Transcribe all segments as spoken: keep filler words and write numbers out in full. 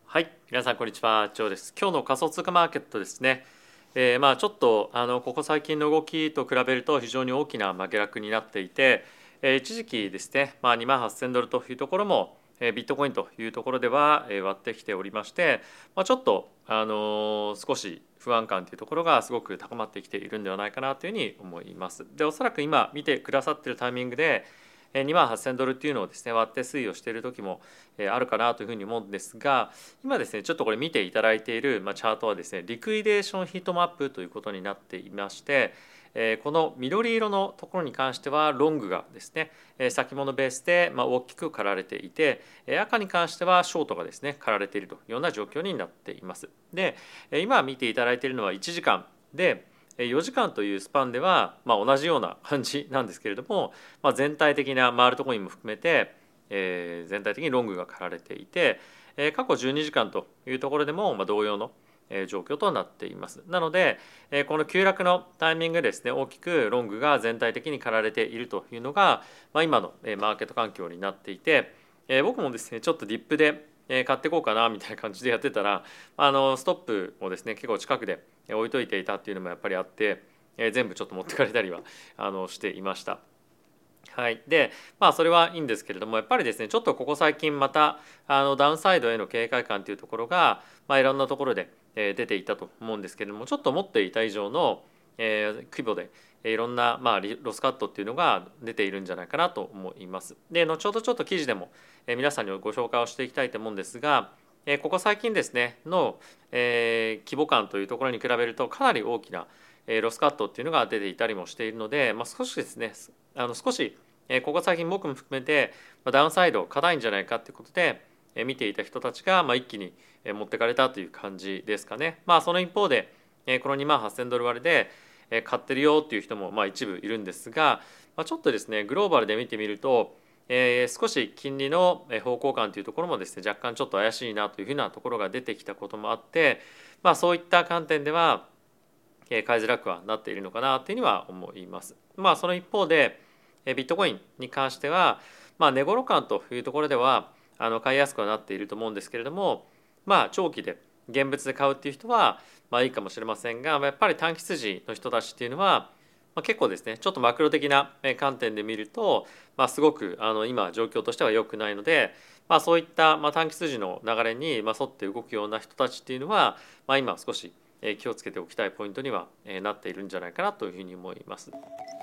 はい、皆さんこんにちは、ジョーです。今日の仮想通貨マーケットですね。えー、まあちょっとあのここ最近の動きと比べると非常に大きなまあ下落になっていて、えー、一時期ですね、まあにまんはっせんドルというところも、えー、ビットコインというところでは、えー、割ってきておりまして、まあ、ちょっとあのー少し不安感というところがすごく高まってきているんではないかなというふうに思います。で、おそらく今見てくださっているタイミングでにまんはっせんドルっていうのをですね割って推移をしている時もあるかなというふうに思うんですが、今ですねちょっとこれ見ていただいているチャートはですねリクイデーションヒートマップということになっていまして、この緑色のところに関してはロングがですね先物ベースで大きく刈られていて、赤に関してはショートがですね刈られているというような状況になっています。で、今見ていただいているのはいちじかんでよじかんというスパンでは、まあ、同じような感じなんですけれども、まあ、全体的なマールトコインも含めて、えー、全体的にロングが刈られていて、えー、過去じゅうにじかんというところでも、まあ、同様の状況となっています。なのでこの急落のタイミングでですね大きくロングが全体的に刈られているというのが、まあ、今のマーケット環境になっていて、僕もですねちょっとディップで買っていこうかなみたいな感じでやってたら、あのストップをですね結構近くで置いといていたっていうのもやっぱりあって、全部ちょっと持ってかれたりはあのしていました。はい、でまあそれはいいんですけれども、やっぱりですねちょっとここ最近またあのダウンサイドへの警戒感というところが、まあ、いろんなところで出ていたと思うんですけれども、ちょっと思っていた以上の、えー、規模でいろんな、まあ、ロスカットっていうのが出ているんじゃないかなと思います。で後ほどちょっと記事でも皆さんにご紹介をしていきたいと思うんですが、ここ最近ですねの、えー、規模感というところに比べるとかなり大きなロスカットっていうのが出ていたりもしているので、まあ、少しですねあの少しここ最近僕も含めてダウンサイド硬いんじゃないかということで見ていた人たちが一気に持ってかれたという感じですかね。まあその一方でこのにまんはっせんドル割れで買ってるよっていう人もまあ一部いるんですが、ちょっとですねグローバルで見てみると少し金利の方向感というところもですね若干ちょっと怪しいなというふうなところが出てきたこともあって、まあそういった観点では買いづらくはなっているのかなというには思います。まあその一方でビットコインに関しては、まあ、値頃感というところではあの買いやすくはなっていると思うんですけれども、まあ長期で現物で買うっていう人はまあいいかもしれませんが、やっぱり短期筋の人たちっていうのは、まあ、結構ですねちょっとマクロ的な観点で見ると、まあ、すごくあの今状況としては良くないので、まあ、そういったまあ短期筋の流れにまあ沿って動くような人たちっていうのは、まあ、今少し気をつけておきたいポイントにはなっているんじゃないかなというふうに思います。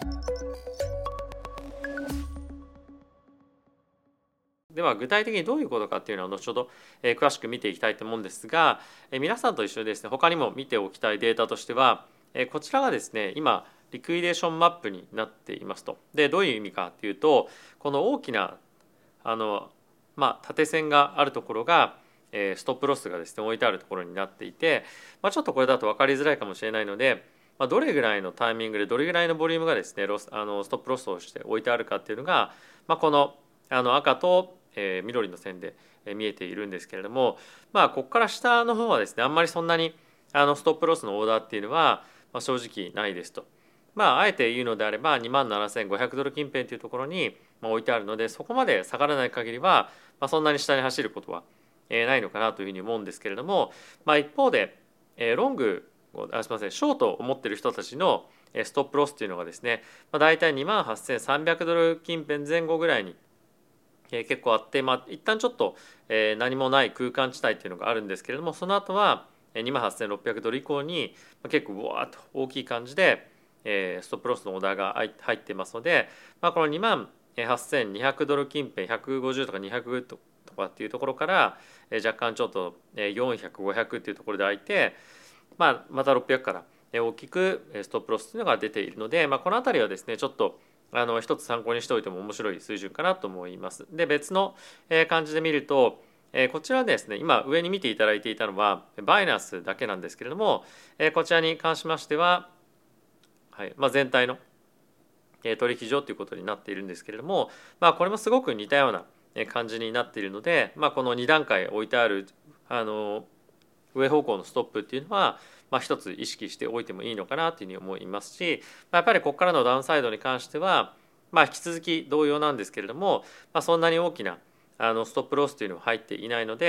では具体的にどういうことかっていうのは後ほど詳しく見ていきたいと思うんですが、皆さんと一緒にですね他にも見ておきたいデータとしては、こちらがですね今リクイデーションマップになっていますと。でどういう意味かっていうと、この大きなあのまあ縦線があるところがストップロスがですね置いてあるところになっていて、まあ、ちょっとこれだと分かりづらいかもしれないので、まあ、どれぐらいのタイミングでどれぐらいのボリュームがですねロスあのストップロスをして置いてあるかっていうのが、まあ、このあの赤とえー、緑の線で見えているんですけれども、まあここから下の方はですねあんまりそんなにあのストップロスのオーダーっていうのは、まあ、正直ないですと。まああえて言うのであればにまんななせんごひゃくドル近辺というところに置いてあるので、そこまで下がらない限りは、まあ、そんなに下に走ることはないのかなというふうに思うんですけれども、まあ、一方でロングあすみませんショートを持っている人たちのストップロスっていうのがですね、まあ、大体にまんはっせんさんびゃくドル近辺前後ぐらいに結構あって、まあ、一旦ちょっと何もない空間地帯っていうのがあるんですけれども、その後はにまんはっせんろっぴゃくドル以降に結構わーっと大きい感じでストップロスのオーダーが入っていますので、まあ、このにまんはっせんにひゃくドル近辺ひゃくごじゅうとかにひゃくとかっていうところから若干ちょっとよんひゃくごひゃくっていうところで開いて、まあ、またろっぴゃくから大きくストップロスというのが出ているので、まあ、この辺りはですねちょっとあの一つ参考にしておいても面白い水準かなと思います。で別の感じで見ると、こちらですね今上に見ていただいていたのはバイナンスだけなんですけれども、こちらに関しましては、はいまあ、全体の取引所ということになっているんですけれども、まあ、これもすごく似たような感じになっているので、まあ、このに段階置いてあるあの上方向のストップっていうのは、まあ、一つ意識しておいてもいいのかなというふうに思いますし、やっぱりここからのダウンサイドに関しては、まあ、引き続き同様なんですけれども、まあ、そんなに大きなあのストップロスというのは入っていないので、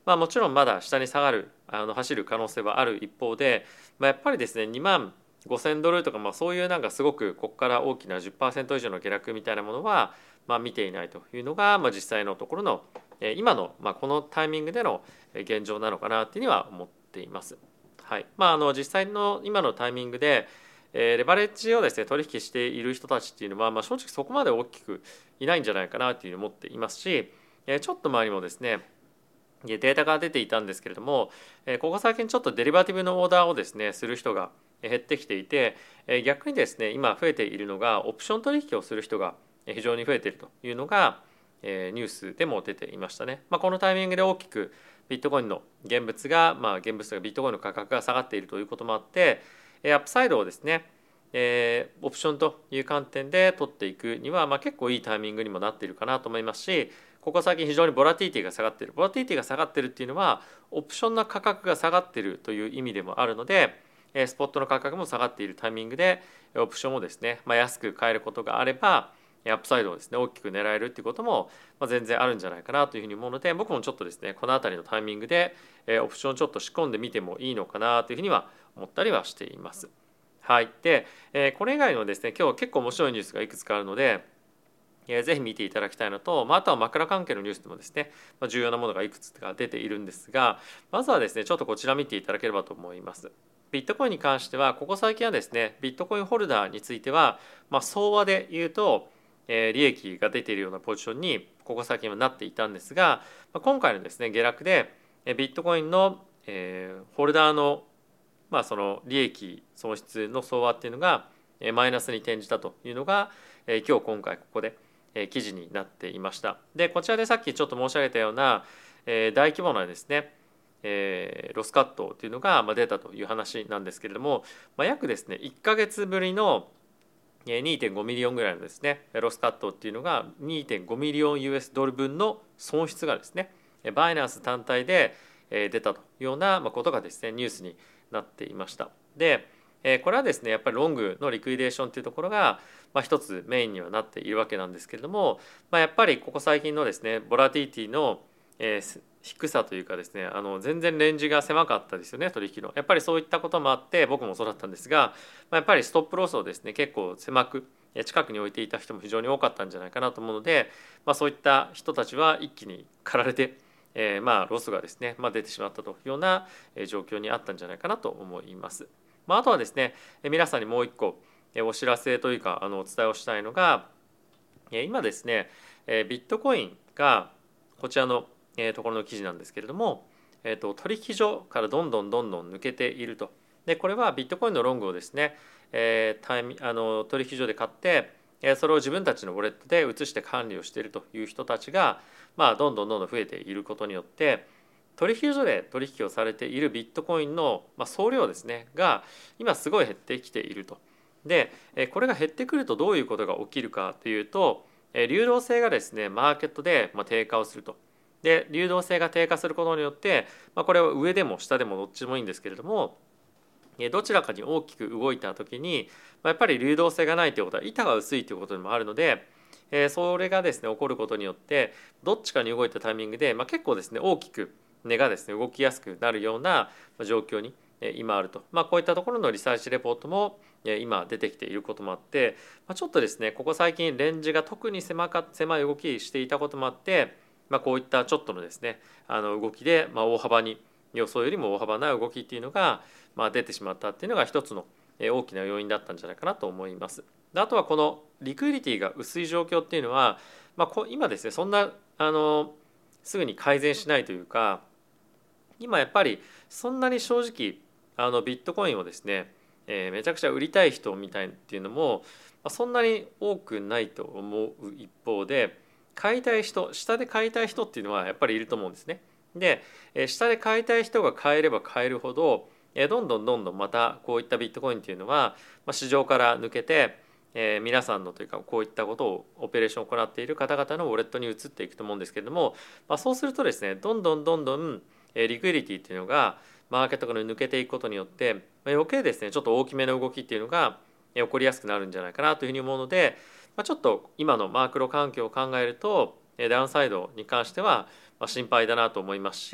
まあ、もちろんまだ下に下がるあの走る可能性はある一方で、まあ、やっぱりですねにまんごせんドルとか、まあ、そういうなんかすごくここから大きな じゅっパーセント 以上の下落みたいなものは、まあ、見ていないというのが、まあ、実際のところの今の、まあ、このタイミングでの現状なのかなっていうには思っています。はい、まあ、あの実際の今のタイミングでレバレッジをですね取引している人たちっていうのは、まあ、正直そこまで大きくいないんじゃないかなというふうに思っていますし、ちょっと前にもですねデータが出ていたんですけれども、ここ最近ちょっとデリバティブのオーダーをですねする人が減ってきていて、逆にですね今増えているのがオプション取引をする人が非常に増えているというのがニュースでも出ていましたね。まあ、このタイミングで大きくビットコインの現物が、まあ、現物がビットコインの価格が下がっているということもあって、アップサイドをですねえー、オプションという観点で取っていくには、まあ、結構いいタイミングにもなっているかなと思いますし、ここ最近非常にボラティティが下がっているボラティティが下がっているっていうのはオプションの価格が下がっているという意味でもあるので、スポットの価格も下がっているタイミングでオプションをですね、まあ、安く買えることがあればアップサイドをですね大きく狙えるっていうことも全然あるんじゃないかなというふうに思うので、僕もちょっとですねこの辺りのタイミングでオプションをちょっと仕込んでみてもいいのかなというふうには思ったりはしています。はい、で、えー、これ以外のですね今日結構面白いニュースがいくつかあるので、えー、ぜひ見ていただきたいのと、まあ、あとは枕関係のニュースでもですね、まあ、重要なものがいくつか出ているんですが、まずはですねちょっとこちら見ていただければと思います。ビットコインに関してはここ最近はですねビットコインホルダーについては、まあ、相場で言うと、えー、利益が出ているようなポジションにここ最近はなっていたんですが、まあ、今回のですね下落でビットコインの、えー、ホルダーのまあ、その利益損失の相場っていうのがマイナスに転じたというのが今日今回ここで記事になっていました。でこちらでさっきちょっと申し上げたような大規模なですねロスカットというのが出たという話なんですけれども、約ですねいっかげつぶりの にてんごミリオンぐらいのですねロスカットっていうのが にてんごミリオン ユーエス ドル分の損失がですねバイナンス単体で出たというようなことがですねニュースになっていました。でこれはですねやっぱりロングのリクイデーションというところが、まあ、一つメインにはなっているわけなんですけれども、まあ、やっぱりここ最近のですねボラティティの、えー、低さというかですねあの全然レンジが狭かったですよね取引の。やっぱりそういったこともあって僕もそうだったんですが、まあ、やっぱりストップロスをですね結構狭く近くに置いていた人も非常に多かったんじゃないかなと思うので、まあ、そういった人たちは一気に駆られてえー、まあロスがですね、まあ、出てしまったというような状況にあったんじゃないかなと思います。まあ、あとはですね皆さんにもう一個お知らせというかあのお伝えをしたいのが今ですねビットコインがこちらのところの記事なんですけれども、えー、と取引所からどんどんどんどん抜けていると。でこれはビットコインのロングをですね、えー、タイミあの取引所で買ってそれを自分たちのウォレットで移して管理をしているという人たちが、まあ、どんどんどんどん増えていることによって取引所で取引をされているビットコインの総量ですねが今すごい減ってきていると。でこれが減ってくるとどういうことが起きるかというと流動性がですねマーケットで低下をすると。で流動性が低下することによってこれは上でも下でもどっちもいいんですけれどもどちらかに大きく動いた時にやっぱり流動性がないということは板が薄いということでもあるのでそれがですね起こることによってどっちかに動いたタイミングで、まあ、結構ですね大きく値がですね動きやすくなるような状況に今あると、まあ、こういったところのリサーチレポートも今出てきていることもあってちょっとですねここ最近レンジが特に狭か狭い動きしていたこともあって、まあ、こういったちょっとのですねあの動きで、まあ、大幅に予想よりも大幅な動きっていうのが、まあ、出てしまったっていうのが一つの大きな要因だったんじゃないかなと思います。あとはこのリクイリティが薄い状況っていうのは、まあ、今ですねそんなあのすぐに改善しないというか今やっぱりそんなに正直あのビットコインをですね、えー、めちゃくちゃ売りたい人みたいっていうのも、まあ、そんなに多くないと思う一方で買いたい人下で買いたい人っていうのはやっぱりいると思うんですね。で下で買いたい人が買えれば買えるほどどんどんどんどんまたこういったビットコインっていうのは市場から抜けて皆さんのというかこういったことをオペレーションを行っている方々のウォレットに移っていくと思うんですけれども、そうするとですねどんどんどんどんリクイリティっていうのがマーケットから抜けていくことによって余計ですねちょっと大きめの動きっていうのが起こりやすくなるんじゃないかなというふうに思うので、ちょっと今のマークロ環境を考えるとダウンサイドに関しては心配だなと思いますし、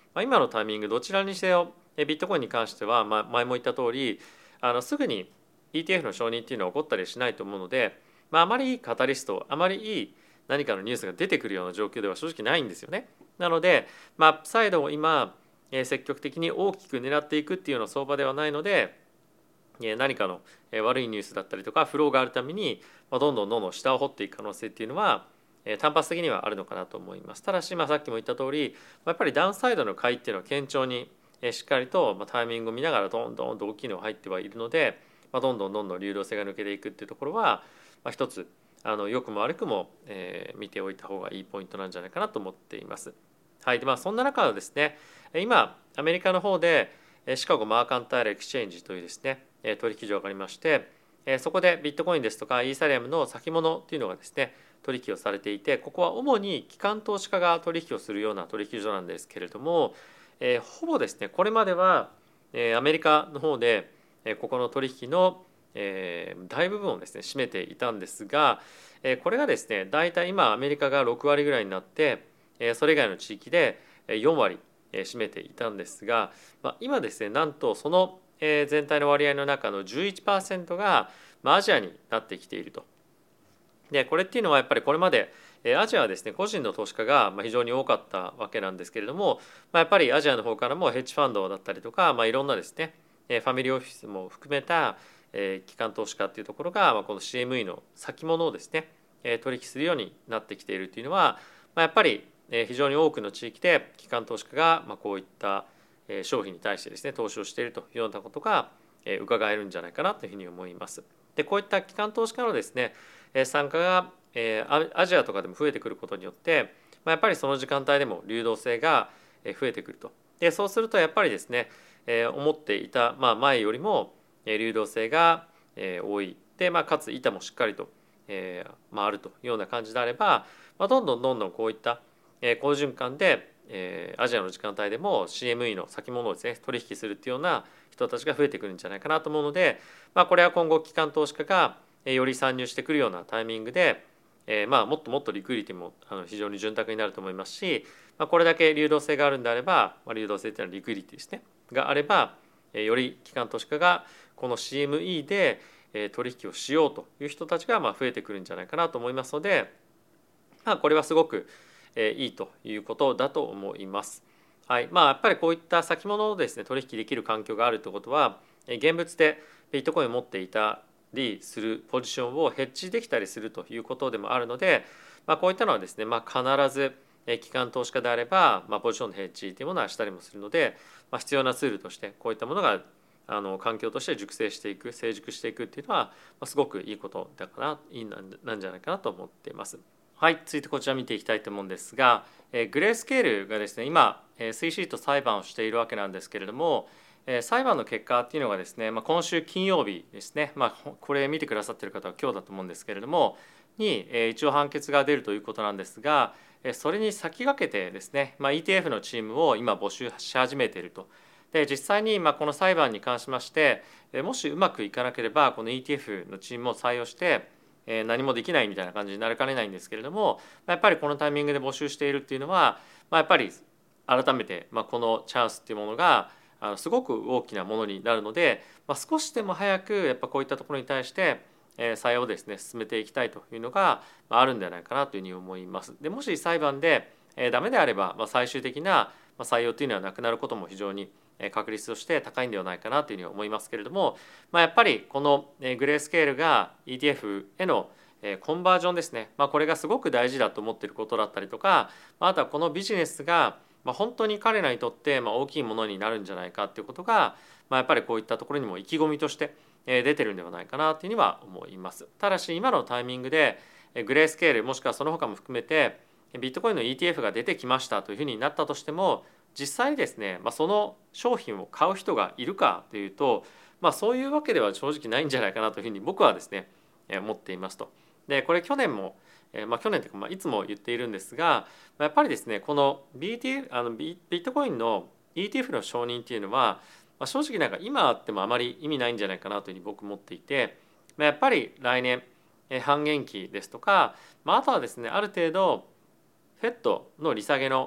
まあ、今のタイミングどちらにせよビットコインに関しては、まあ、前も言った通りあのすぐに イーティーエフ の承認っていうのは起こったりしないと思うので、まあ、あまりいいカタリストあまりいい何かのニュースが出てくるような状況では正直ないんですよね。なので、まあ、アップサイドを今積極的に大きく狙っていくっていうような相場ではないので、何かの悪いニュースだったりとかフローがあるためにどんどんどんどん下を掘っていく可能性っていうのは単発的にはあるのかなと思います。ただし、まあ、さっきも言った通りやっぱりダウンサイドの買いっていうのは堅調にしっかりとタイミングを見ながらどんどんと大きいのが入ってはいるので、まあ、どんどんどんどん流動性が抜けていくっていうところは、まあ、一つあの良くも悪くも、えー、見ておいた方がいいポイントなんじゃないかなと思っています。はい。で、まあ、そんな中ですね、今アメリカの方でシカゴマーカンタイルエクスチェンジというですね取引所がありまして、そこでビットコインですとかイーサリアムの先物っていうのがですね取引をされていて、ここは主に機関投資家が取引をするような取引所なんですけれども、えー、ほぼですねこれまでは、えー、アメリカの方で、えー、ここの取引の、えー、大部分をですね占めていたんですが、えー、これがですねだいたい今アメリカがろくわりぐらいになって、えー、それ以外の地域でよんわり占めていたんですが、まあ、今ですねなんとその全体の割合の中の じゅういちパーセント がアジアになってきていると。でこれっていうのはやっぱりこれまでアジアはですね個人の投資家が非常に多かったわけなんですけれども、やっぱりアジアの方からもヘッジファンドだったりとか、まあ、いろんなですねファミリーオフィスも含めた機関投資家っていうところがこの シーエムイー の先物をですね取引するようになってきているというのは、やっぱり非常に多くの地域で機関投資家がこういった商品に対してですね投資をしているというようなことが伺えるんじゃないかなというふうに思います。でこういった機関投資家のですね参加がアジアとかでも増えてくることによって、やっぱりその時間帯でも流動性が増えてくると。でそうするとやっぱりですね思っていた、まあ、前よりも流動性が多いで、まあ、かつ板もしっかりと回るというような感じであれば、まあ、どんどんどんどんこういった好循環でアジアの時間帯でも シーエムイー の先物をですね取引するっていうような人たちが増えてくるんじゃないかなと思うので、まあ、これは今後機関投資家がより参入してくるようなタイミングで、えー、まあもっともっとリクイリティも非常に潤沢になると思いますし、まあ、これだけ流動性があるんであれば、まあ、流動性っていうのはリクイリティですねがあれば、より機関投資家がこの シーエムイー で取引をしようという人たちがまあ増えてくるんじゃないかなと思いますので、まあ、これはすごくいいということだと思います。はい、まあやっぱりこういった先物をですね取引できる環境があるということは、現物でビットコインを持っていたりするポジションをヘッジできたりするということでもあるので、まあ、こういったのはですね、まあ、必ず機関投資家であれば、まあ、ポジションのヘッジというものはしたりもするので、まあ、必要なツールとしてこういったものがあの環境として熟成していく成熟していくっていうのは、まあ、すごくいいことだからいいなんじゃないかなと思っています。はい、続いてこちら見ていきたいと思うんですが、えー、グレースケールがですね今 エスイーシー と裁判をしているわけなんですけれども、えー、裁判の結果っていうのがですね、まあ、今週金曜日ですね、まあ、これ見てくださっている方は今日だと思うんですけれどもに、えー、一応判決が出るということなんですが、えー、それに先駆けてですね、まあ、イーティーエフ のチームを今募集し始めていると。で実際にまあこの裁判に関しまして、もしうまくいかなければこの イーティーエフ のチームを採用して何もできないみたいな感じになりかねないんですけれども、やっぱりこのタイミングで募集しているっていうのは、まあ、やっぱり改めてまあこのチャンスっていうものがあのすごく大きなものになるので、まあ、少しでも早くやっぱこういったところに対して採用をですね進めていきたいというのがあるんではないかなというふうに思います。でもし裁判でダメであれば、まあ、最終的な採用というのはなくなることも非常に確率として高いんではないかなというふうに思いますけれども、まあ、やっぱりこのグレースケールが イーティーエフ へのコンバージョンですね、まあ、これがすごく大事だと思っていることだったりとか、あとはこのビジネスが本当に彼らにとって大きいものになるんじゃないかということが、まあ、やっぱりこういったところにも意気込みとして出てるんではないかなというふうには思います。ただし今のタイミングでグレースケールもしくはその他も含めてビットコインの イーティーエフ が出てきましたというふうになったとしても、実際にですね、まあ、その商品を買う人がいるかというと、まあ、そういうわけでは正直ないんじゃないかなというふうに僕はですね思っていますと。でこれ去年も、まあ、去年というかまあいつも言っているんですが、やっぱりですねこの ビーティーエフ あのビットコインの イーティーエフ の承認っていうのは、まあ、正直なんか今あってもあまり意味ないんじゃないかなというふうに僕思っていて、まあ、やっぱり来年半減期ですとか、まあ、あとはですねある程度フェットの利下げの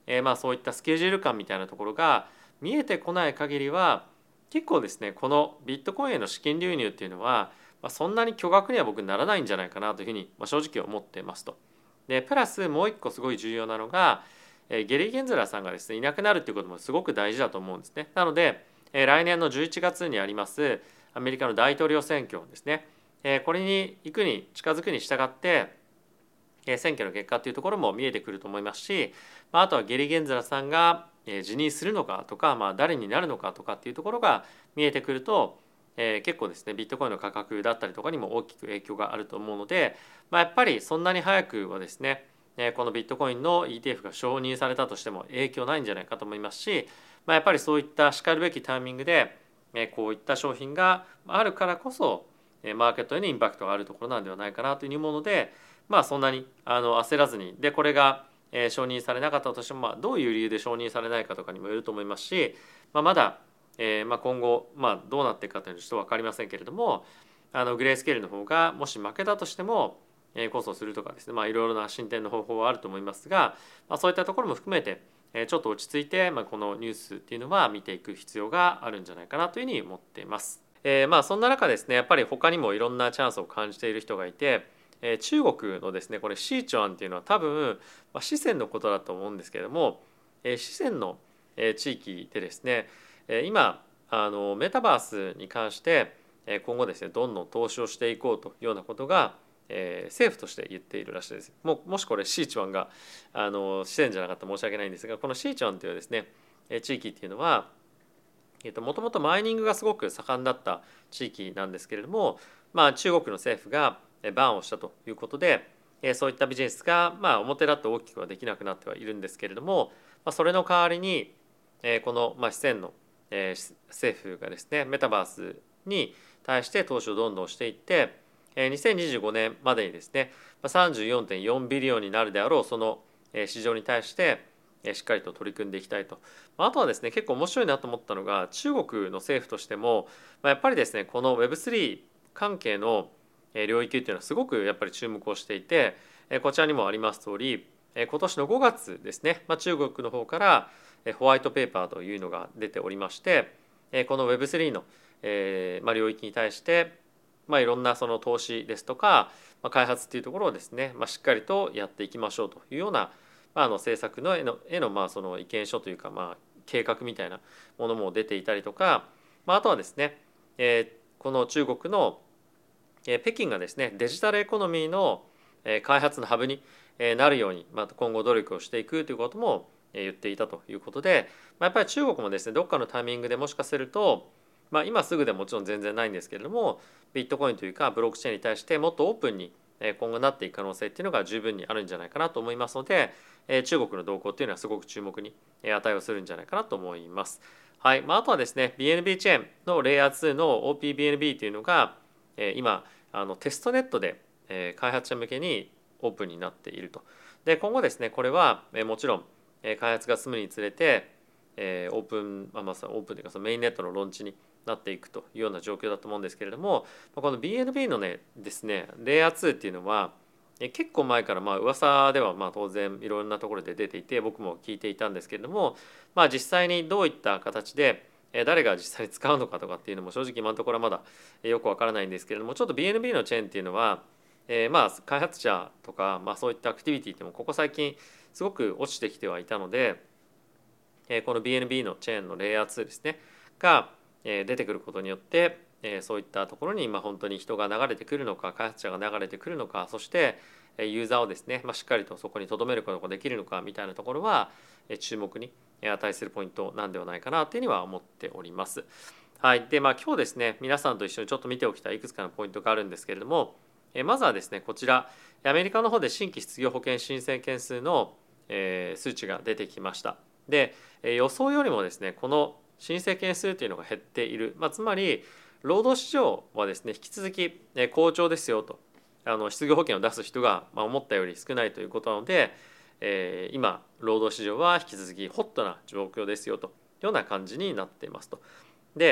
えー、まあそういったスケジュール感みたいなところが見えてこない限りは結構ですね、このビットコインへの資金流入っていうのは、まあ、そんなに巨額には僕ならないんじゃないかなというふうに、まあ、正直思ってますと。でプラスもう一個すごい重要なのが、えー、ゲリー・ゲンズラーさんがですねいなくなるっていうこともすごく大事だと思うんですね。なので、えー、来年のじゅういちがつにありますアメリカの大統領選挙ですね、えー、これに行くに近づくに従って選挙の結果っていうところも見えてくると思いますし、あとはゲリ・ゲンズラさんが辞任するのかとか、まあ、誰になるのかとかっていうところが見えてくると、えー、結構ですねビットコインの価格だったりとかにも大きく影響があると思うので、まあ、やっぱりそんなに早くはですねこのビットコインの イーティーエフ が承認されたとしても影響ないんじゃないかと思いますし、まあ、やっぱりそういったしかるべきタイミングでこういった商品があるからこそマーケットへのインパクトがあるところなんではないかなというふうに思うので、まあそんなにあの焦らずに、でこれが承認されなかったとしても、まあ、どういう理由で承認されないかとかにもよると思いますし、まあ、まだ、えーまあ、今後、まあ、どうなっていくかというのはちょっと分かりませんけれども、あのグレースケールの方がもし負けたとしても控訴するとかですね、まあ、いろいろな進展の方法はあると思いますが、まあ、そういったところも含めてちょっと落ち着いて、まあ、このニュースっていうのは見ていく必要があるんじゃないかなというふうに思っています。えー、まあそんな中ですね、やっぱり他にもいろんなチャンスを感じている人がいて、えー、中国のですねこれシーチュアンっていうのは多分、まあ、四川のことだと思うんですけれども、えー、四川の、えー、地域でですね、えー、今あのメタバースに関して、えー、今後ですねどんどん投資をしていこうというようなことが、えー、政府として言っているらしいです。ももしこれシーチュアンがあの四川じゃなかったら申し訳ないんですが、このシーチュアンというですね地域っていうのはもともとマイニングがすごく盛んだった地域なんですけれども、まあ、中国の政府がバンをしたということで、そういったビジネスが、まあ、表立って大きくはできなくなってはいるんですけれども、まあ、それの代わりにこの、まあ、四川の政府がですねメタバースに対して投資をどんどんしていって、にせんにじゅうごねんまでにですね さんじゅうよんてんよんビリオンになるであろうその市場に対してしっかりと取り組んでいきたいと。あとはですね結構面白いなと思ったのが、中国の政府としてもやっぱりですねこの ウェブスリー 関係の領域っていうのはすごくやっぱり注目をしていて、こちらにもあります通り今年のごがつですね、まあ、中国の方からホワイトペーパーというのが出ておりまして、この ウェブスリー の、えーまあ、領域に対して、まあ、いろんなその投資ですとか、まあ、開発っていうところをですね、まあ、しっかりとやっていきましょうというような、まあ、あの政策のへのへのまあその意見書というか、まあ、計画みたいなものも出ていたりとか、まあ、あとはですね、えー、この中国の北京がですねデジタルエコノミーの開発のハブになるように、まあ、今後努力をしていくということも言っていたということで、まあ、やっぱり中国もですねどっかのタイミングでもしかすると、まあ、今すぐでもちろん全然ないんですけれども、ビットコインというかブロックチェーンに対してもっとオープンに今後なっていく可能性っていうのが十分にあるんじゃないかなと思いますので、中国の動向っていうのはすごく注目に値をするんじゃないかなと思います。はい、まあ、あとはですね ビーエヌビー チェーンのレイヤーツーの オーピービーエヌビー というのが今あのテストネットで開発者向けにオープンになっていると。で今後ですねこれはもちろん開発が進むにつれてオープン、まあ、まあオープンというかそのメインネットのローンチになっていくというような状況だと思うんですけれども、この ビーエヌビー のねですねレイヤーツーっていうのは結構前からまあ噂ではまあ当然いろんなところで出ていて僕も聞いていたんですけれども、まあ、実際にどういった形で誰が実際に使うのかとかっていうのも正直今のところはまだよくわからないんですけれども、ちょっと ビーエヌビー のチェーンっていうのは、えー、まあ開発者とか、まあ、そういったアクティビティってもここ最近すごく落ちてきてはいたので、この ビーエヌビー のチェーンのレイヤーツーですねが出てくることによって、そういったところにまあ本当に人が流れてくるのか、開発者が流れてくるのか、そしてユーザーをですね、まあ、しっかりとそこに留めることができるのかみたいなところは注目に値するポイントなんではないかなというには思っております。はい、でまあ今日ですね皆さんと一緒にちょっと見ておきたいいくつかのポイントがあるんですけれども、まずはですねこちらアメリカの方で新規失業保険申請件数の数値が出てきました。で予想よりもですねこの申請件数というのが減っている、まあ、つまり労働市場はですね引き続き好調ですよと、あの失業保険を出す人が思ったより少ないということなので、えー、今労働市場は引き続きホットな状況ですよというような感じになっていますと。で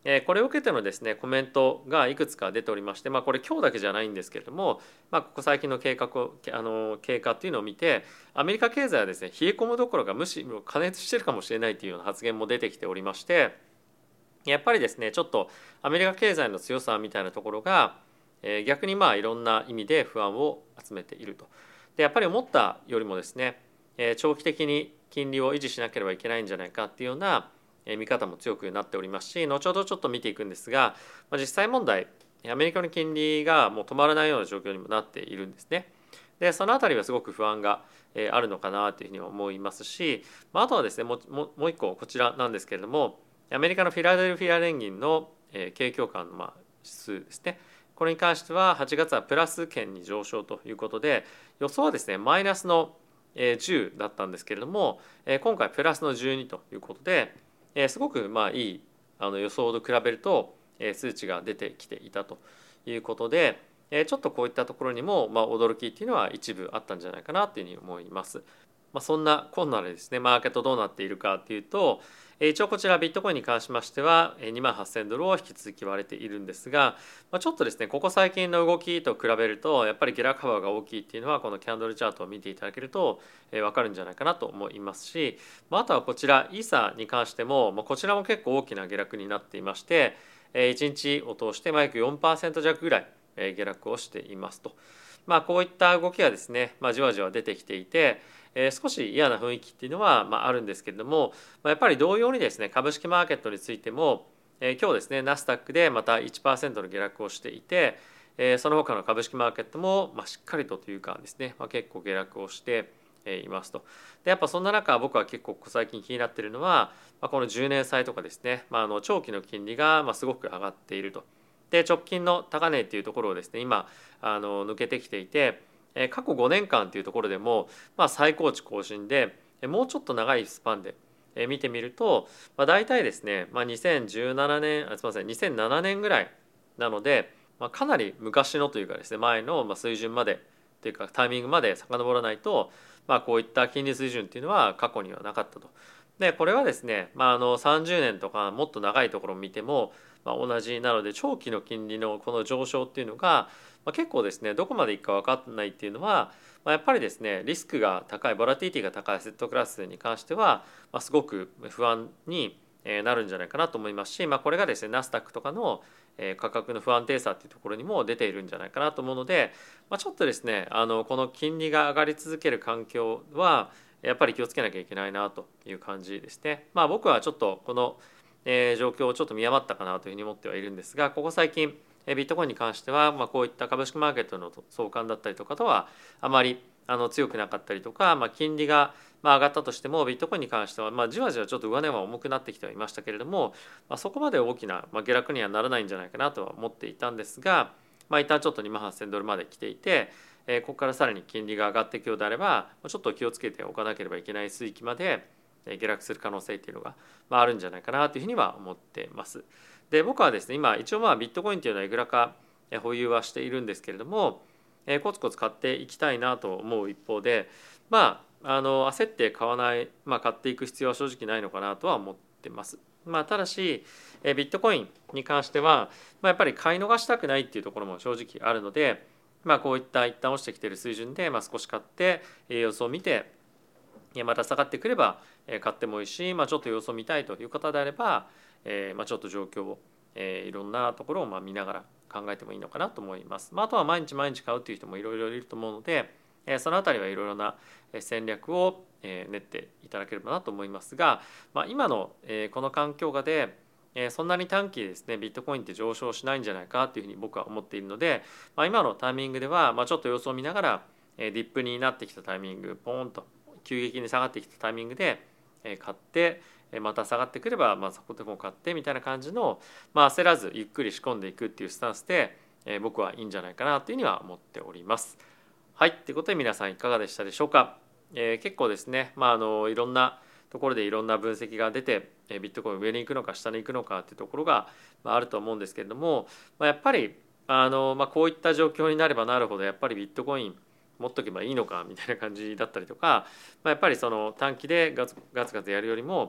これを受けてのですねコメントがいくつか出ておりまして、まあ、これ今日だけじゃないんですけれども、まあ、ここ最近の経過をあの経過っていうのを見てアメリカ経済はですね冷え込むどころかむしろ過熱してるかもしれないというような発言も出てきておりまして、やっぱりですねちょっとアメリカ経済の強さみたいなところが逆にまあいろんな意味で不安を集めていると。でやっぱり思ったよりもですね長期的に金利を維持しなければいけないんじゃないかっていうような見方も強くなっておりますし、後ほどちょっと見ていくんですが、実際問題アメリカの金利がもう止まらないような状況にもなっているんですね。でそのあたりはすごく不安があるのかなというふうに思いますし、あとはですねもうもう一個こちらなんですけれども、アメリカのフィラデルフィア連銀の景況感のまあ指数ですね、これに関してははちがつはプラス圏に上昇ということで、予想はですねマイナスのじゅうだったんですけれども、今回プラスのじゅうにということですごくまあいいあの予想と比べると数値が出てきていたということで、ちょっとこういったところにもまあ驚きっていうのは一部あったんじゃないかなというふうに思います。まあ、そんなこんなでですねマーケットどうなっているかというと、一応こちらビットコインに関しましてはにまんはっせんドルを引き続き割れているんですが、ちょっとですねここ最近の動きと比べるとやっぱり下落幅が大きいっていうのはこのキャンドルチャートを見ていただけると分かるんじゃないかなと思いますし、あとはこちらイーサに関してもこちらも結構大きな下落になっていまして、いちにちを通して約 よんパーセント 弱ぐらい下落をしていますと。まあ、こういった動きがですね、まあ、じわじわ出てきていて、えー、少し嫌な雰囲気っていうのは、まあ、あるんですけれども、まあ、やっぱり同様にですね株式マーケットについても、えー、今日ですねナスダックでまた いちパーセント の下落をしていて、えー、その他の株式マーケットも、まあ、しっかりとというかですね、まあ、結構下落をしていますと。でやっぱそんな中僕は結構最近気になっているのは、まあ、このじゅうねん債とかですね、まあ、あの長期の金利がまあすごく上がっていると。で直近の高値っていうところをですね今あの抜けてきていて、過去ごねんかんというところでも、まあ、最高値更新でもうちょっと長いスパンで見てみると、まあ、大体ですね、まあ、にせんじゅうななねんあすみませんにせんななねんぐらいなので、まあ、かなり昔のというかですね前の水準までというかタイミングまで遡らないと、まあ、こういった金利水準っていうのは過去にはなかったと。でこれはですね、まあ、あのさんじゅうねんとかもっと長いところを見ても、まあ、同じなので長期の金利のこの上昇っていうのが、まあ、結構ですねどこまでいくか分かんないっていうのは、まあ、やっぱりですねリスクが高いボラティティが高いアセットクラスに関しては、まあ、すごく不安になるんじゃないかなと思いますし、まあ、これがですねナスダックとかの価格の不安定さっていうところにも出ているんじゃないかなと思うので、まあ、ちょっとですねあのこの金利が上がり続ける環境はやっぱり気をつけなきゃいけないなという感じですね。まあ僕はちょっとこのえー、状況をちょっと見余ったかなというふうに思ってはいるんですが、ここ最近ビットコインに関しては、まあ、こういった株式マーケットの相関だったりとかとはあまりあの強くなかったりとか、まあ、金利がまあ上がったとしてもビットコインに関しては、まあ、じわじわちょっと上値は重くなってきてはいましたけれども、まあ、そこまで大きな、まあ、下落にはならないんじゃないかなとは思っていたんですが、まあ、一旦ちょっとにまんはっせんドルまで来ていて、えー、ここからさらに金利が上がっていくようであればちょっと気をつけておかなければいけない水域まで下落する可能性っていうのがあるんじゃないかなというふうには思ってます。で僕はですね今一応まあビットコインというのはいくらか保有はしているんですけれども、コツコツ買っていきたいなと思う一方で、まああの焦って買わない、まあ、買っていく必要は正直ないのかなとは思ってます。まあ、ただしビットコインに関しては、まあ、やっぱり買い逃したくないっていうところも正直あるので、まあ、こういった一旦落ちてきている水準で、まあ、少し買って様子を見てまた下がってくれば買ってもいいし、まあ、ちょっと様子を見たいという方であれば、えーまあ、ちょっと状況を、えー、いろんなところをまあ見ながら考えてもいいのかなと思います。まあ、あとは毎日毎日買うという人もいろいろいると思うので、えー、そのあたりはいろいろな戦略を練っていただければなと思いますが、まあ、今のこの環境下でそんなに短期でですねビットコインって上昇しないんじゃないかというふうに僕は思っているので、まあ、今のタイミングではまあちょっと様子を見ながらディップになってきたタイミングポーンと急激に下がってきたタイミングで買ってまた下がってくればまあそこでも買ってみたいな感じの、まあ、焦らずゆっくり仕込んでいくっていうスタンスで僕はいいんじゃないかなというふうには思っております。はい、ということで皆さんいかがでしたでしょうか。えー、結構ですね、まあ、あのいろんなところでいろんな分析が出てビットコイン上に行くのか下に行くのかっていうところがあると思うんですけれども、まあ、やっぱりあの、まあ、こういった状況になればなるほどやっぱりビットコイン持っとけばいいのかみたいな感じだったりとか、まあ、やっぱりその短期でガツガツガツやるよりも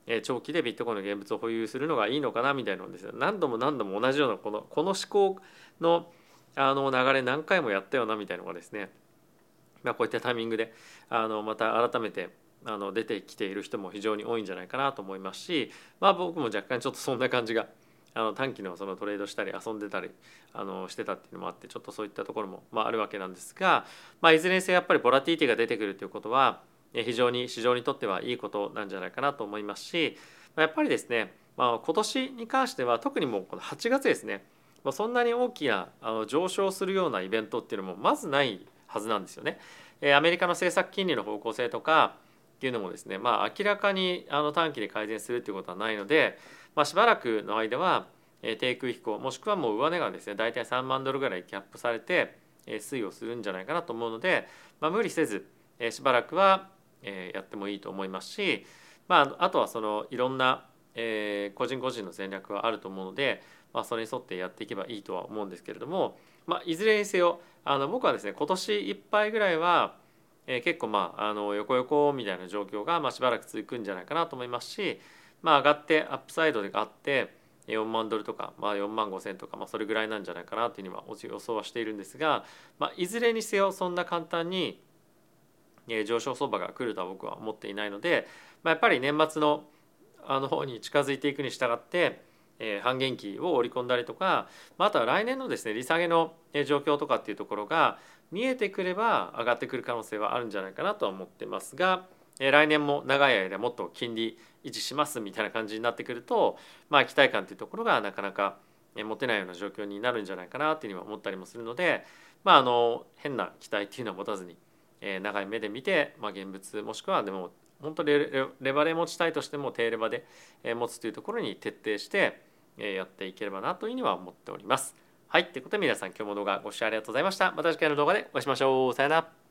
長期でビットコインの現物を保有するのがいいのかなみたいなのをですね、何度も何度も同じようなこのこの思考のあの流れ何回もやったよなみたいなのがですね、まあ、こういったタイミングであのまた改めてあの出てきている人も非常に多いんじゃないかなと思いますし、まあ、僕も若干ちょっとそんな感じがあの短期のそのトレードしたり遊んでたりあのしてたっていうのもあって、ちょっとそういったところもまああるわけなんですが、まあ、いずれにせよやっぱりボラティリティが出てくるということは非常に市場にとってはいいことなんじゃないかなと思いますし、やっぱりですね、まあ、今年に関しては特にもうこのはちがつですね、まあ、そんなに大きなあの上昇するようなイベントっていうのもまずないはずなんですよね。アメリカの政策金利の方向性とかっていうのもですね、まあ、明らかにあの短期で改善するということはないので、まあ、しばらくの間は低空飛行もしくはもう上値がですね大体さんまんドルぐらいキャップされて推移をするんじゃないかなと思うので、まあ、無理せずしばらくはやってもいいと思いますし、まあ、あとはそのいろんな個人個人の戦略はあると思うので、まあ、それに沿ってやっていけばいいとは思うんですけれども、まあ、いずれにせよあの僕はですね今年いっぱいぐらいはえー、結構まああの横横みたいな状況がまあしばらく続くんじゃないかなと思いますし、まあ、上がってアップサイドがあってよんまんドルとか、まあ、よんまんごせんとか、まあ、それぐらいなんじゃないかなというには予想はしているんですが、まあ、いずれにせよそんな簡単に上昇相場が来るとは僕は思っていないので、まあ、やっぱり年末のあの方に近づいていくに従ってえー、半減期を織り込んだりとか、あとは来年のですね利下げの状況とかっていうところが見えてくれば上がってくる可能性はあるんじゃないかなとは思ってますが、えー、来年も長い間もっと金利維持しますみたいな感じになってくると、まあ、期待感というところがなかなか持てないような状況になるんじゃないかなというふうに思ったりもするので、まあ、あの変な期待っていうのは持たずに、えー、長い目で見て、まあ、現物もしくはでも本当にレ, レ, レバレ持ちたいとしても低レバで持つというところに徹底してやっていければなというふうには思っております。はい、ということで皆さん今日も動画ご視聴ありがとうございました。また次回の動画でお会いしましょう。さよなら。